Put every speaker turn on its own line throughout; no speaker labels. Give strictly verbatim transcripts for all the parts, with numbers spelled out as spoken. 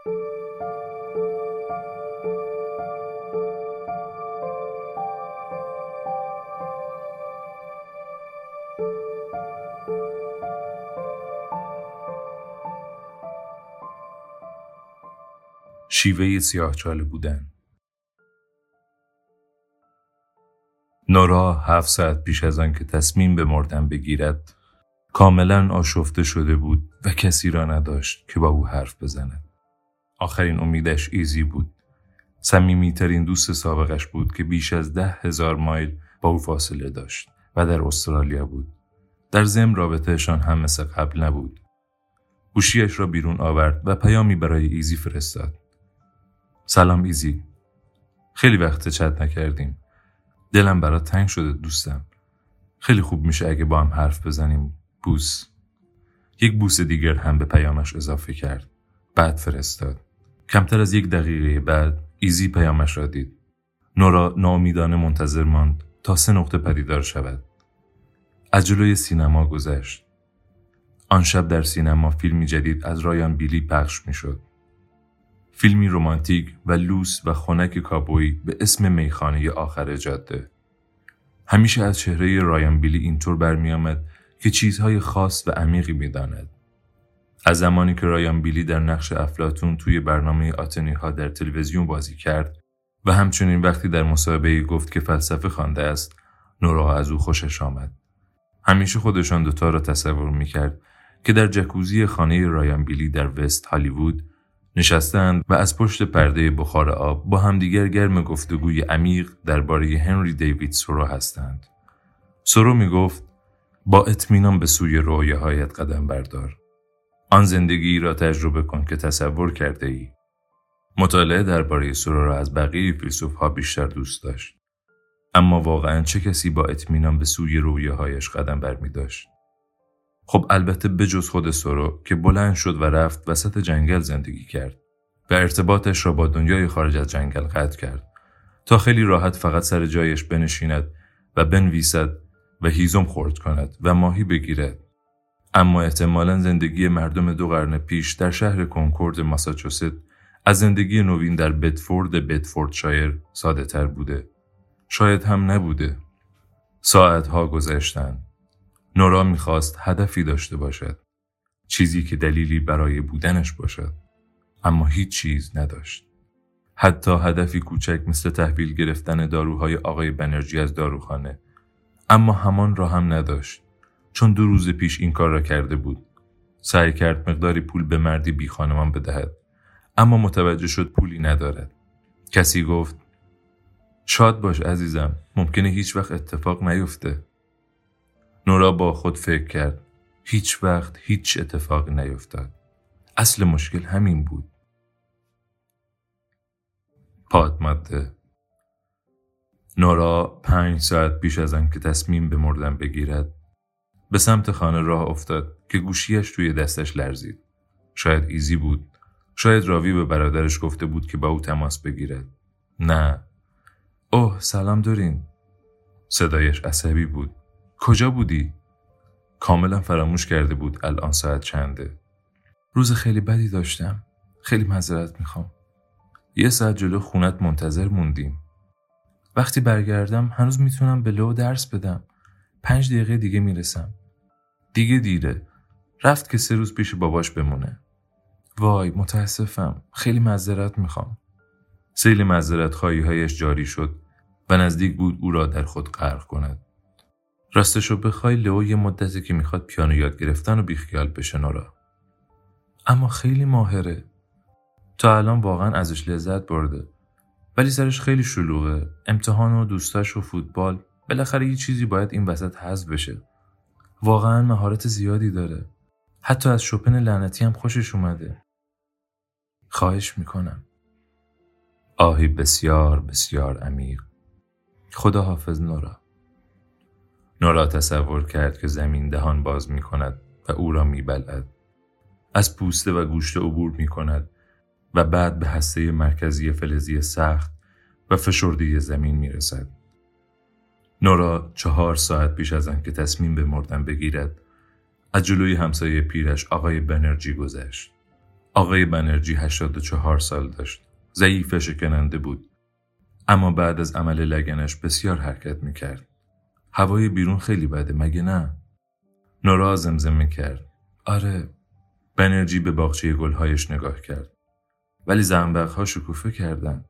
شیوه سیاه‌چاله بودن. نورا هفت ساعت پیش از آن که تصمیم به مردن بگیرد کاملا آشفته شده بود و کسی را نداشت که با او حرف بزند. آخرین امیدش ایزی بود. صمیمی‌ترین دوست سابقش بود که بیش از ده هزار مایل با او فاصله داشت و در استرالیا بود. در ضمن رابطهشان هم مثل قبل نبود. گوشیش را بیرون آورد و پیامی برای ایزی فرستاد. سلام ایزی. خیلی وقت چت نکردیم. دلم برات تنگ شده دوستم. خیلی خوب میشه اگه با هم حرف بزنیم. بوس. یک بوس دیگر هم به پیامش اضافه کرد. بعد فرستاد. کمتر از یک دقیقه بعد ایزی پیامش را دید. نورا ناامیدانه منتظر ماند تا سه نقطه پدیدار شود. از جلوی سینما گذشت. آن شب در سینما فیلمی جدید از رایان بیلی پخش میشد. فیلمی رمانتیک و لوس و خنک کابویی به اسم میخانه آخر جاده. همیشه از چهره رایان بیلی اینطور برمی آمد که چیزهای خاص و عمیقی می داند. از زمانی که رایان بیلی در نقش افلاطون توی برنامه آتنی ها در تلویزیون بازی کرد و همچنین وقتی در مصاحبه‌ای گفت که فلسفه خوانده است، نورا از او خوشش آمد. همیشه خودشان دوتا را تصور می کرد که در جکوزی خانه رایان بیلی در وست هالیوود نشستند و از پشت پرده بخار آب با همدیگر گرم گفتگوی عمیق درباره هنری دیوید سورو هستند. سورو می گفت با اطمینان به سوی رویاهایت قدم بردار. آن زندگی را تجربه کن که تصور کرده ای. مطالعه درباره سورو را از بقیه فیلسوف‌ها بیشتر دوست داشت. اما واقعاً چه کسی با اطمینان به سوی رویاهایش قدم برمی داشت؟ خب البته بجز خود سورو که بلند شد و رفت وسط جنگل زندگی کرد و ارتباطش را با دنیای خارج از جنگل قطع کرد تا خیلی راحت فقط سر جایش بنشیند و بنویسد و هیزم خورد کند و ماهی بگیرد. اما احتمالاً زندگی مردم دو قرن پیش در شهر کنکورد ماساچوست از زندگی نوین در بدفورد بدفوردشایر ساده تر بوده. شاید هم نبوده. ساعتها گذشتند. نورا می‌خواست هدفی داشته باشد. چیزی که دلیلی برای بودنش باشد. اما هیچ چیز نداشت. حتی هدفی کوچک مثل تحویل گرفتن داروهای آقای بنرژی از داروخانه. اما همان را هم نداشت. چون دو روز پیش این کار را کرده بود. سعی کرد مقداری پول به مردی بی خانمان بدهد. اما متوجه شد پولی ندارد. کسی گفت شاد باش عزیزم. ممکنه هیچ وقت اتفاق نیفته. نورا با خود فکر کرد. هیچ وقت هیچ اتفاقی نیفتاد. اصل مشکل همین بود. پادماده. نورا پنج ساعت پیش از آن که تصمیم به مردن بگیرد به سمت خانه راه افتاد که گوشیش توی دستش لرزید. شاید ایزی بود. شاید راوی به برادرش گفته بود که با او تماس بگیرد. نه. اوه سلام دورین. صدایش عصبی بود. کجا بودی؟ کاملا فراموش کرده بود الان ساعت چنده. روز خیلی بدی داشتم. خیلی معذرت میخوام. یه ساعت جلو خونت منتظر موندیم. وقتی برگردم هنوز میتونم به لو درس بدم. پنج دقیقه دیگه میرسم. دیگه دیره. رفت که سه روز پیش باباش بمونه. وای متاسفم. خیلی معذرت میخوام. سیل معذرت خواهی هایش جاری شد و نزدیک بود او را در خود غرق کند. راستشو بخوای لئو یه مدتی که میخواد پیانو یاد گرفتن و بیخیال بشه نورا. اما خیلی ماهره. تا الان واقعا ازش لذت برده. ولی سرش خیلی شلوغه. امتحان و دوستاش و فوتبال. بالاخره یه چیزی باید این وسط حذف بشه. واقعا مهارت زیادی داره. حتی از شوپن لعنتی هم خوشش اومده. خواهش میکنم. آهی بسیار بسیار عمیق. خدا حافظ نورا. نورا تصور کرد که زمین دهان باز می کند و او را می بلعد. از پوسته و گوشت عبور می کند و بعد به هسته مرکزی فلزی سخت و فشرده زمین می رسد. نورا چهار ساعت پیش از آن که تصمیم به مردن بگیرد از جلوی همسایه پیرش آقای بنرژی گذشت. آقای بنرژی هشتاد و چهار سال داشت. ضعیف و شکننده بود. اما بعد از عمل لگنش بسیار حرکت میکرد. هوای بیرون خیلی بده مگه نه؟ نورا زمزمه کرد. آره. بنرژی به باغچه گلهایش نگاه کرد. ولی زنبقها شکوفه کردن.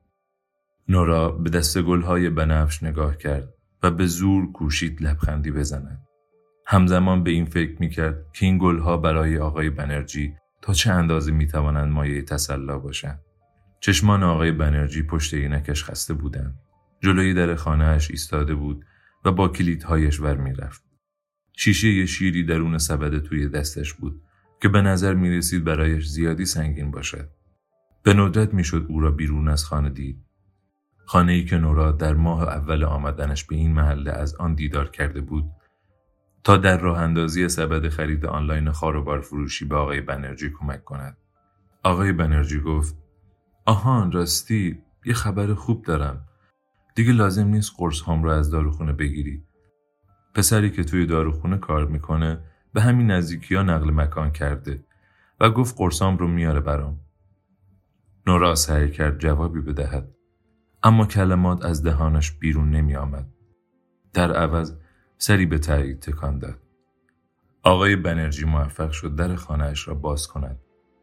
نورا به دست گلهای بنفش نگاه کرد و به زور کوشید لبخندی بزند. همزمان به این فکر میکرد که این گلها برای آقای بنرژی تا چه اندازه میتوانند مایه تسلا باشند. چشمان آقای بنرژی پشت عینکش خسته بودند. جلوی در خانه‌اش ایستاده بود و با کلیدهایش ور میرفت. شیشه ی شیری درون سبد توی دستش بود که به نظر میرسید برایش زیادی سنگین باشد. به ندرت میشد او را بیرون از خانه دید. خانه‌ای که نورا در ماه اول آمدنش به این محله از آن دیدار کرده بود تا در راه اندازی سبد خرید آنلاین خاروبار فروشی به آقای بنرژی کمک کند. آقای بنرژی گفت: آهان راستی یه خبر خوب دارم. دیگه لازم نیست قرص هام رو از داروخونه بگیری. پسری که توی داروخونه کار میکنه به همین نزدیکی ها نقل مکان کرده و گفت قرصام رو میاره برام. نورا سعی کرد جوابی بدهد اما کلمات از دهانش بیرون نمی آمد. در عوض سری به تایید تکان داد. آقای بنرژی موفق شد در خانه‌اش را باز کند.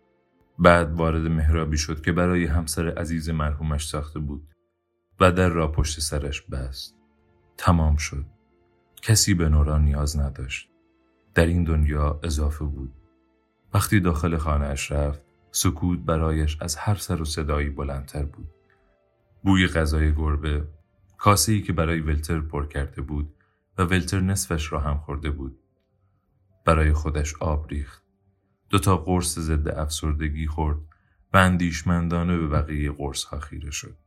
بعد وارد محرابی شد که برای همسر عزیز مرحومش ساخته بود و در را پشت سرش بست. تمام شد. کسی به نورا نیاز نداشت. در این دنیا اضافه بود. وقتی داخل خانه‌اش رفت، سکوت برایش از هر سر و صدایی بلندتر بود. بوی غذای گربه، کاسه‌ای که برای ولتر پر کرده بود و ولتر نصفش را هم خورده بود. برای خودش آب ریخت. دو تا قرص ضد افسردگی خورد و اندیشمندانه به بقیه قرص‌ها خیره شد.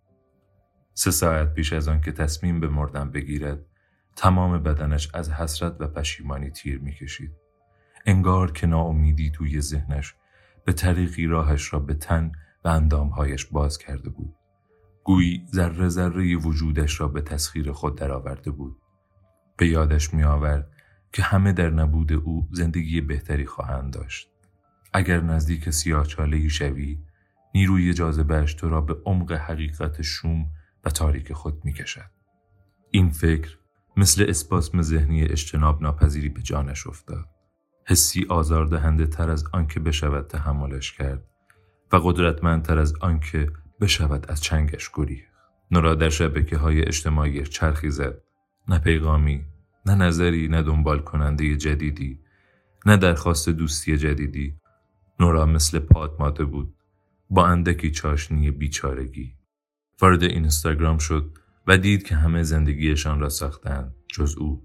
سه ساعت پیش از آن که تصمیم به مردن بگیرد، تمام بدنش از حسرت و پشیمانی تیر می‌کشید. انگار که ناامیدی توی ذهنش به طریقی راهش را به تن و اندامهایش باز کرده بود. گویی ذره ذره وجودش را به تسخیر خود درآورده بود. به یادش می آورد که همه در نبود او زندگی بهتری خواهند داشت. اگر نزدیک سیاه‌چاله‌ای شوی، نیروی جاذبه‌اش تو را به عمق حقیقت شوم و تاریک خود می کشد. این فکر مثل اسپاسم ذهنی اجتناب ناپذیری به جانش افتاد. حسی آزاردهنده تر از آن که بشود تحملش کرد و قدرتمندتر از آن که بشود از چنگش گریخت. نورا در شبکه‌های اجتماعی چرخی زد. نه پیغامی، نه نظری، نه دنبال کننده جدیدی، نه درخواست دوستی جدیدی. نورا مثل پادماده بود، با اندکی چاشنی بیچارگی. وارد اینستاگرام شد و دید که همه زندگیشان را ساختند جز او.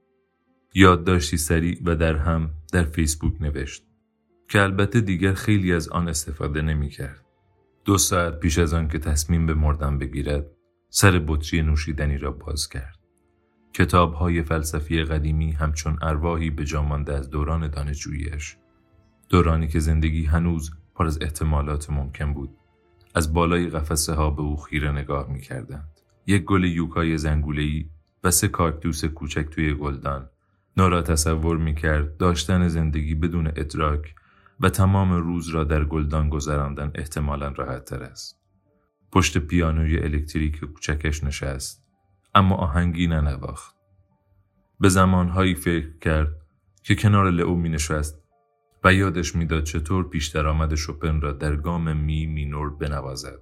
یادداشتی سریع و در هم در فیسبوک نوشت که البته دیگر خیلی از آن استفاده نمی کرد. دو ساعت پیش از آن که تصمیم به مردن بگیرد، سر بطری نوشیدنی را باز کرد. کتاب‌های فلسفی قدیمی همچون ارواحی به جا مانده از دوران دانشجویی‌اش. دورانی که زندگی هنوز پر از احتمالات ممکن بود. از بالای قفسه ها به او خیره نگاه می‌کردند. یک گل یوکای زنگوله‌ای و سه کاکتوس کوچک توی گلدان. نورا تصور می‌کرد داشتن زندگی بدون ادراک و تمام روز را در گلدان گذراندن احتمالاً راحت‌تر است. پشت پیانوی الکتریک کوچکش نشست، اما آهنگی ننواخت. به زمانهایی فکر کرد که کنار لئو می‌نشست و یادش می‌داد چطور پیش درآمد شوپن را در گام می مینور بنوازد.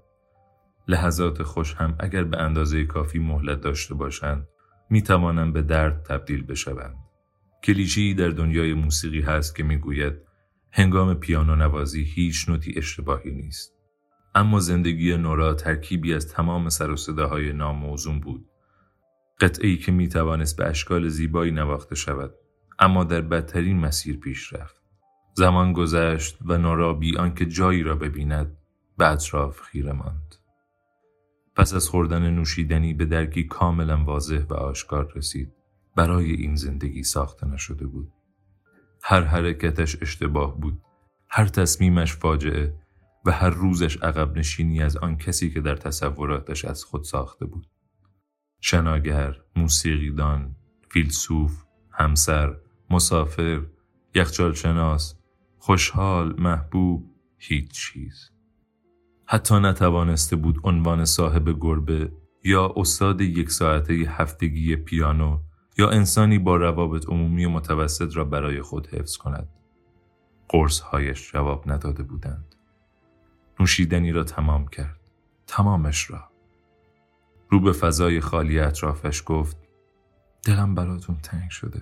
لحظات خوش هم اگر به اندازه کافی مهلت داشته باشند، می‌توانند به درد تبدیل بشوند. کلیشه‌ای در دنیای موسیقی هست که می‌گوید هنگام پیانو نوازی هیچ نوتی اشتباهی نیست. اما زندگی نورا ترکیبی از تمام سر و صداهای ناموزون بود. قطعه‌ای که می‌توانست به اشکال زیبایی نواخته شود، اما در بدترین مسیر پیش رفت. زمان گذشت و نورا بی آنکه جایی را ببیند به اطراف خیره ماند. پس از خوردن نوشیدنی به درکی کاملا واضح و آشکار رسید. برای این زندگی ساخته نشده بود. هر حرکتش اشتباه بود، هر تصمیمش فاجعه و هر روزش عقب نشینی از آن کسی که در تصوراتش از خود ساخته بود. شناگر، موسیقیدان، فیلسوف، همسر، مسافر، یخچال شناس، خوشحال، محبوب، هیچ چیز. حتی نتوانسته بود عنوان صاحب گربه یا استاد یک ساعته هفتگی پیانو یا انسانی با روابط عمومی متوسط را برای خود حفظ کند. قرص‌هایش جواب نداده بودند. نوشیدنی را تمام کرد. تمامش را. رو به فضای خالی اطرافش گفت دلم براتون تنگ شده.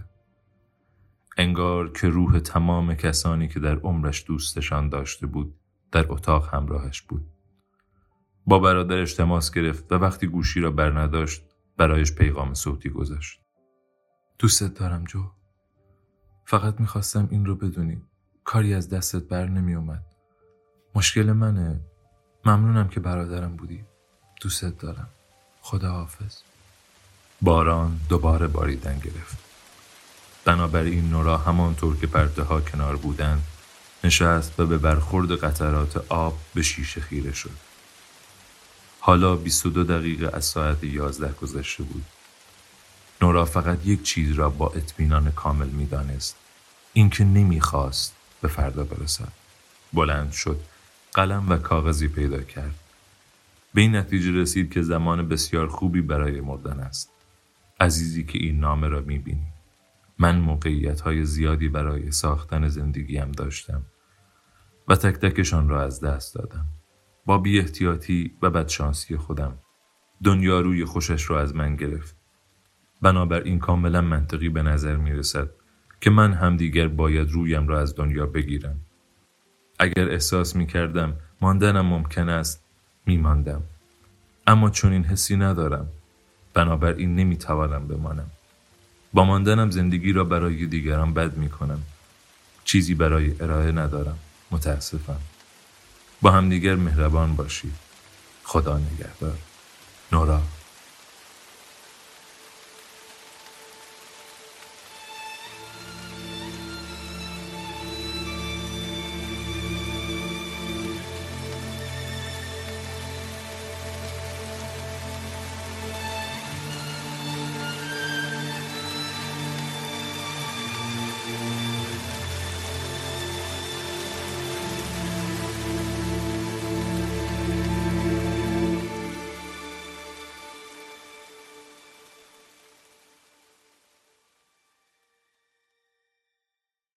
انگار که روح تمام کسانی که در عمرش دوستشان داشته بود در اتاق همراهش بود. با برادرش تماس گرفت و وقتی گوشی را برنداشت برایش پیغام صوتی گذاشت. دوستت دارم جو. فقط میخواستم این رو بدونی. کاری از دستت بر نمی اومد. مشکل منه. ممنونم که برادرم بودی. دوستت دارم. خدا حافظ. باران دوباره باریدن گرفت. بنابراین نورا همانطور که پرده ها کنار بودند نشست و به برخورد قطرات آب به شیشه خیره شد. حالا بیست و دو دقیقه از ساعت یازده گذشته بود. نورا فقط یک چیز را با اطمینان کامل می دانست. این که نمی خواست به فردا برسد. بلند شد. قلم و کاغذی پیدا کرد. به این نتیجه رسید که زمان بسیار خوبی برای مردن است. عزیزی که این نامه را می بینی. من موقعیت های زیادی برای ساختن زندگیم داشتم و تک تکشان را از دست دادم. با بی احتیاطی و بدشانسی خودم. دنیا روی خوشش را از من گرفت. بنابراین کاملا منطقی به نظر می رسد که من هم دیگر باید رویم را از دنیا بگیرم. اگر احساس می کردم ماندنم ممکن است می ماندم. اما چون این حسی ندارم. بنابراین نمی توانم بمانم. با ماندنم زندگی را برای دیگران بد می کنم. چیزی برای ارائه ندارم. متاسفم. با همدیگر مهربان باشید. خدا نگهدار. نورا.